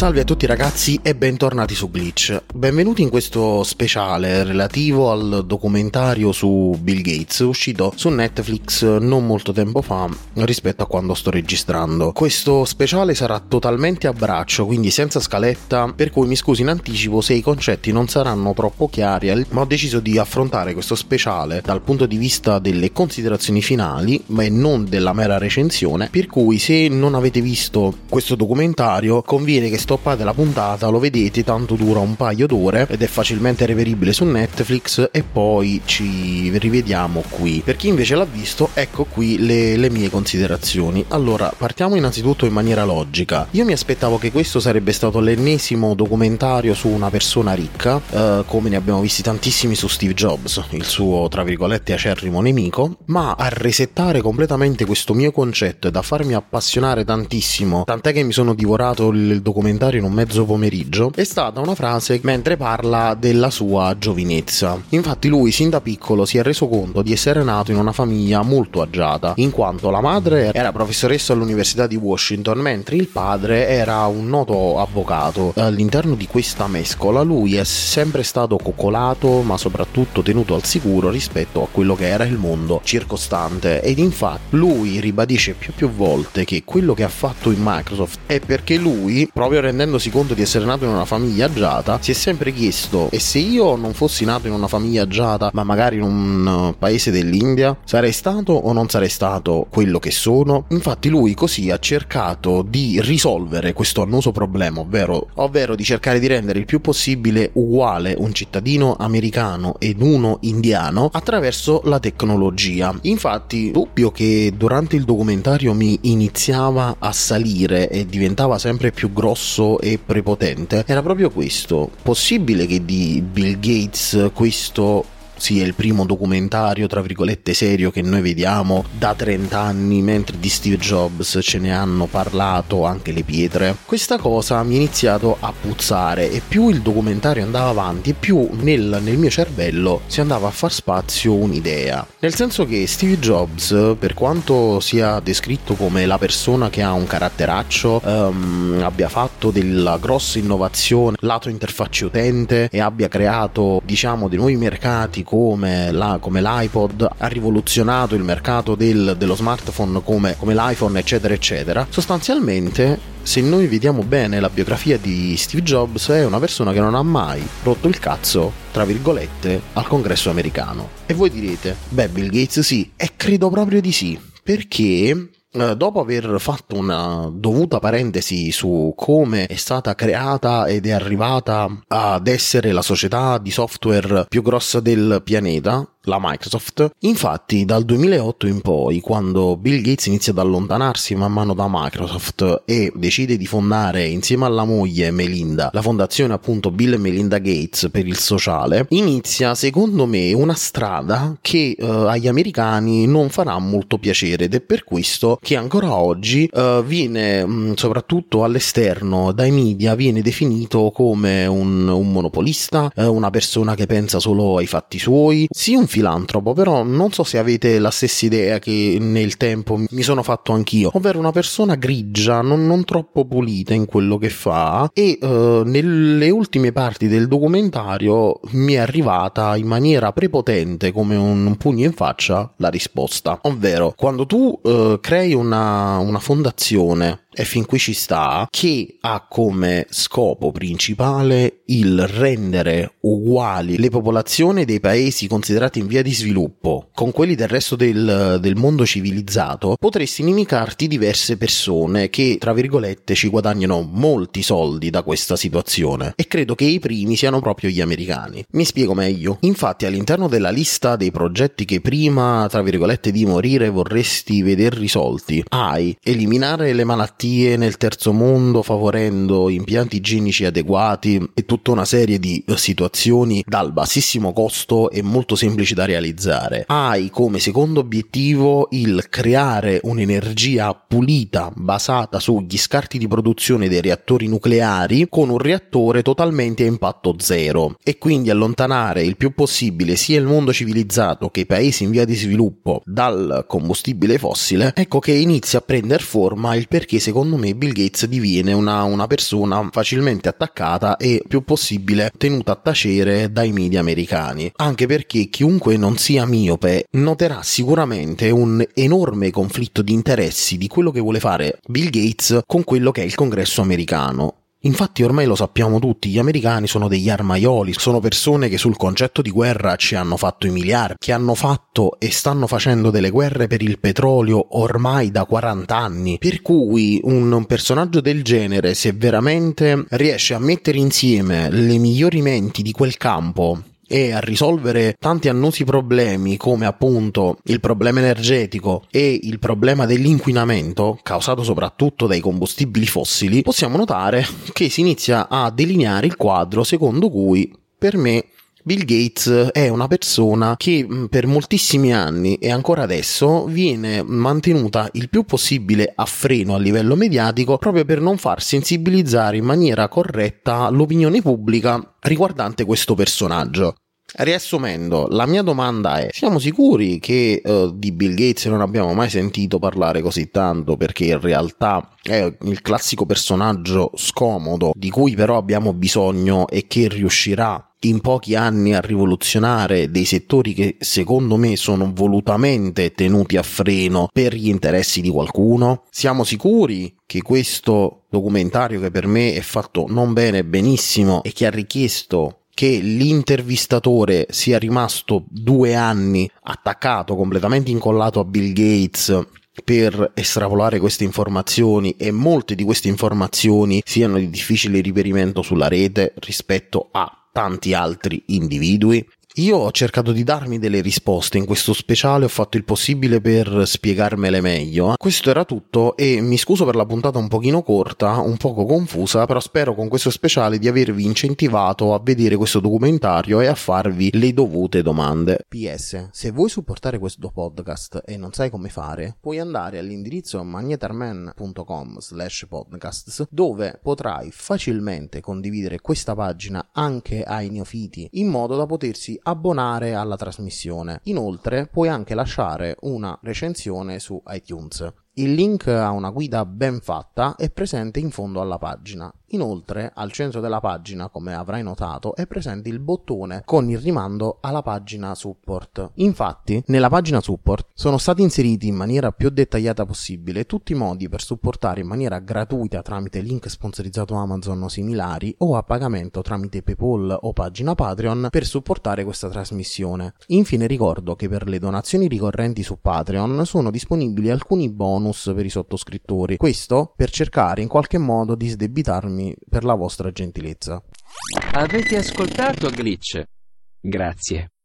Salve a tutti ragazzi e bentornati su Glitch. Benvenuti in questo speciale relativo al documentario su Bill Gates uscito su Netflix non molto tempo fa rispetto a quando sto registrando. Questo speciale sarà totalmente a braccio, quindi senza scaletta, per cui mi scuso in anticipo se i concetti non saranno troppo chiari, ma ho deciso di affrontare questo speciale dal punto di vista delle considerazioni finali, ma non della mera recensione, per cui se non avete visto questo documentario conviene che stoppate la puntata, lo vedete, tanto dura un paio d'ore ed è facilmente reperibile su Netflix e poi ci rivediamo qui. Per chi invece l'ha visto, ecco qui le mie considerazioni. Allora, partiamo innanzitutto in maniera logica. Io mi aspettavo che questo sarebbe stato l'ennesimo documentario su una persona ricca, come ne abbiamo visti tantissimi su Steve Jobs, il suo tra virgolette acerrimo nemico, ma a resettare completamente questo mio concetto e da farmi appassionare tantissimo, tant'è che mi sono divorato il documentario in un mezzo pomeriggio, è stata una frase mentre parla della sua giovinezza. Infatti lui sin da piccolo si è reso conto di essere nato in una famiglia molto agiata, in quanto la madre era professoressa all'Università di Washington mentre il padre era un noto avvocato. All'interno di questa mescola lui è sempre stato coccolato ma soprattutto tenuto al sicuro rispetto a quello che era il mondo circostante, ed infatti lui ribadisce più volte che quello che ha fatto in Microsoft è perché lui, proprio rendendosi conto di essere nato in una famiglia agiata, si è sempre chiesto: e se io non fossi nato in una famiglia agiata ma magari in un paese dell'India, sarei stato o non sarei stato quello che sono? Infatti lui così ha cercato di risolvere questo annoso problema, ovvero di cercare di rendere il più possibile uguale un cittadino americano ed uno indiano attraverso la tecnologia. Infatti, il dubbio che durante il documentario mi iniziava a salire e diventava sempre più grosso e prepotente era proprio questo: possibile che di Bill Gates questo sia il primo documentario tra virgolette serio che noi vediamo da 30 anni, mentre di Steve Jobs ce ne hanno parlato anche le pietre? Questa cosa mi ha iniziato a puzzare e più il documentario andava avanti e più nel mio cervello si andava a far spazio un'idea, nel senso che Steve Jobs, per quanto sia descritto come la persona che ha un caratteraccio, abbia fatto della grossa innovazione lato interfaccia utente e abbia creato diciamo dei nuovi mercati come l'iPod, ha rivoluzionato il mercato dello smartphone come l'iPhone eccetera eccetera, sostanzialmente se noi vediamo bene la biografia di Steve Jobs è una persona che non ha mai rotto il cazzo tra virgolette al congresso americano. E voi direte: beh, Bill Gates sì, e credo proprio di sì, perché dopo aver fatto una dovuta parentesi su come è stata creata ed è arrivata ad essere la società di software più grossa del pianeta, la Microsoft, infatti dal 2008 in poi, quando Bill Gates inizia ad allontanarsi man mano da Microsoft e decide di fondare insieme alla moglie Melinda la fondazione appunto Bill e Melinda Gates per il sociale, inizia secondo me una strada che agli americani non farà molto piacere, ed è per questo che ancora oggi viene soprattutto all'esterno dai media viene definito come un monopolista, una persona che pensa solo ai fatti suoi, sì un filantropo, però non so se avete la stessa idea che nel tempo mi sono fatto anch'io, ovvero una persona grigia, non troppo pulita in quello che fa, e nelle ultime parti del documentario mi è arrivata in maniera prepotente come un pugno in faccia la risposta, ovvero quando tu crei una fondazione, e fin qui ci sta, che ha come scopo principale il rendere uguali le popolazioni dei paesi considerati in via di sviluppo con quelli del resto del mondo civilizzato, potresti inimicarti diverse persone che tra virgolette ci guadagnano molti soldi da questa situazione, e credo che i primi siano proprio gli americani. Mi spiego meglio. Infatti all'interno della lista dei progetti che prima tra virgolette di morire vorresti veder risolti hai eliminare le malattie nel terzo mondo favorendo impianti igienici adeguati e tutta una serie di situazioni dal bassissimo costo e molto semplici da realizzare. Hai come secondo obiettivo il creare un'energia pulita basata sugli scarti di produzione dei reattori nucleari con un reattore totalmente a impatto zero, e quindi allontanare il più possibile sia il mondo civilizzato che i paesi in via di sviluppo dal combustibile fossile. Ecco che inizia a prendere forma il perché secondo secondo me Bill Gates diviene una persona facilmente attaccata e più possibile tenuta a tacere dai media americani, anche perché chiunque non sia miope noterà sicuramente un enorme conflitto di interessi di quello che vuole fare Bill Gates con quello che è il Congresso americano. Infatti ormai lo sappiamo tutti, gli americani sono degli armaioli, sono persone che sul concetto di guerra ci hanno fatto i miliardi, che hanno fatto e stanno facendo delle guerre per il petrolio ormai da 40 anni, per cui un personaggio del genere, se veramente riesce a mettere insieme le migliori menti di quel campo e a risolvere tanti annosi problemi come appunto il problema energetico e il problema dell'inquinamento causato soprattutto dai combustibili fossili, possiamo notare che si inizia a delineare il quadro secondo cui, per me, Bill Gates è una persona che per moltissimi anni e ancora adesso viene mantenuta il più possibile a freno a livello mediatico proprio per non far sensibilizzare in maniera corretta l'opinione pubblica riguardante questo personaggio. Riassumendo, la mia domanda è: siamo sicuri che di Bill Gates non abbiamo mai sentito parlare così tanto, perché in realtà è il classico personaggio scomodo di cui però abbiamo bisogno e che riuscirà in pochi anni a rivoluzionare dei settori che secondo me sono volutamente tenuti a freno per gli interessi di qualcuno? Siamo sicuri che questo documentario, che per me è fatto non bene, benissimo, e che ha richiesto che l'intervistatore sia rimasto 2 anni attaccato, completamente incollato a Bill Gates per estrapolare queste informazioni, e molte di queste informazioni siano di difficile reperimento sulla rete rispetto a tanti altri individui? Io ho cercato di darmi delle risposte in questo speciale, ho fatto il possibile per spiegarmele meglio. Questo era tutto e mi scuso per la puntata un pochino corta, un poco confusa, però spero con questo speciale di avervi incentivato a vedere questo documentario e a farvi le dovute domande. PS, se vuoi supportare questo podcast e non sai come fare, puoi andare all'indirizzo magnetarman.com/podcasts, dove potrai facilmente condividere questa pagina anche ai neofiti, in modo da potersi abbonare alla trasmissione. Inoltre puoi anche lasciare una recensione su iTunes. Il link a una guida ben fatta è presente in fondo alla pagina. Inoltre, al centro della pagina, come avrai notato, è presente il bottone con il rimando alla pagina support. Infatti, nella pagina support sono stati inseriti in maniera più dettagliata possibile tutti i modi per supportare in maniera gratuita tramite link sponsorizzato Amazon o similari, o a pagamento tramite PayPal o pagina Patreon per supportare questa trasmissione. Infine ricordo che per le donazioni ricorrenti su Patreon sono disponibili alcuni bonus per i sottoscrittori, questo per cercare in qualche modo di sdebitarmi per la vostra gentilezza. Avete ascoltato Glitch? Grazie.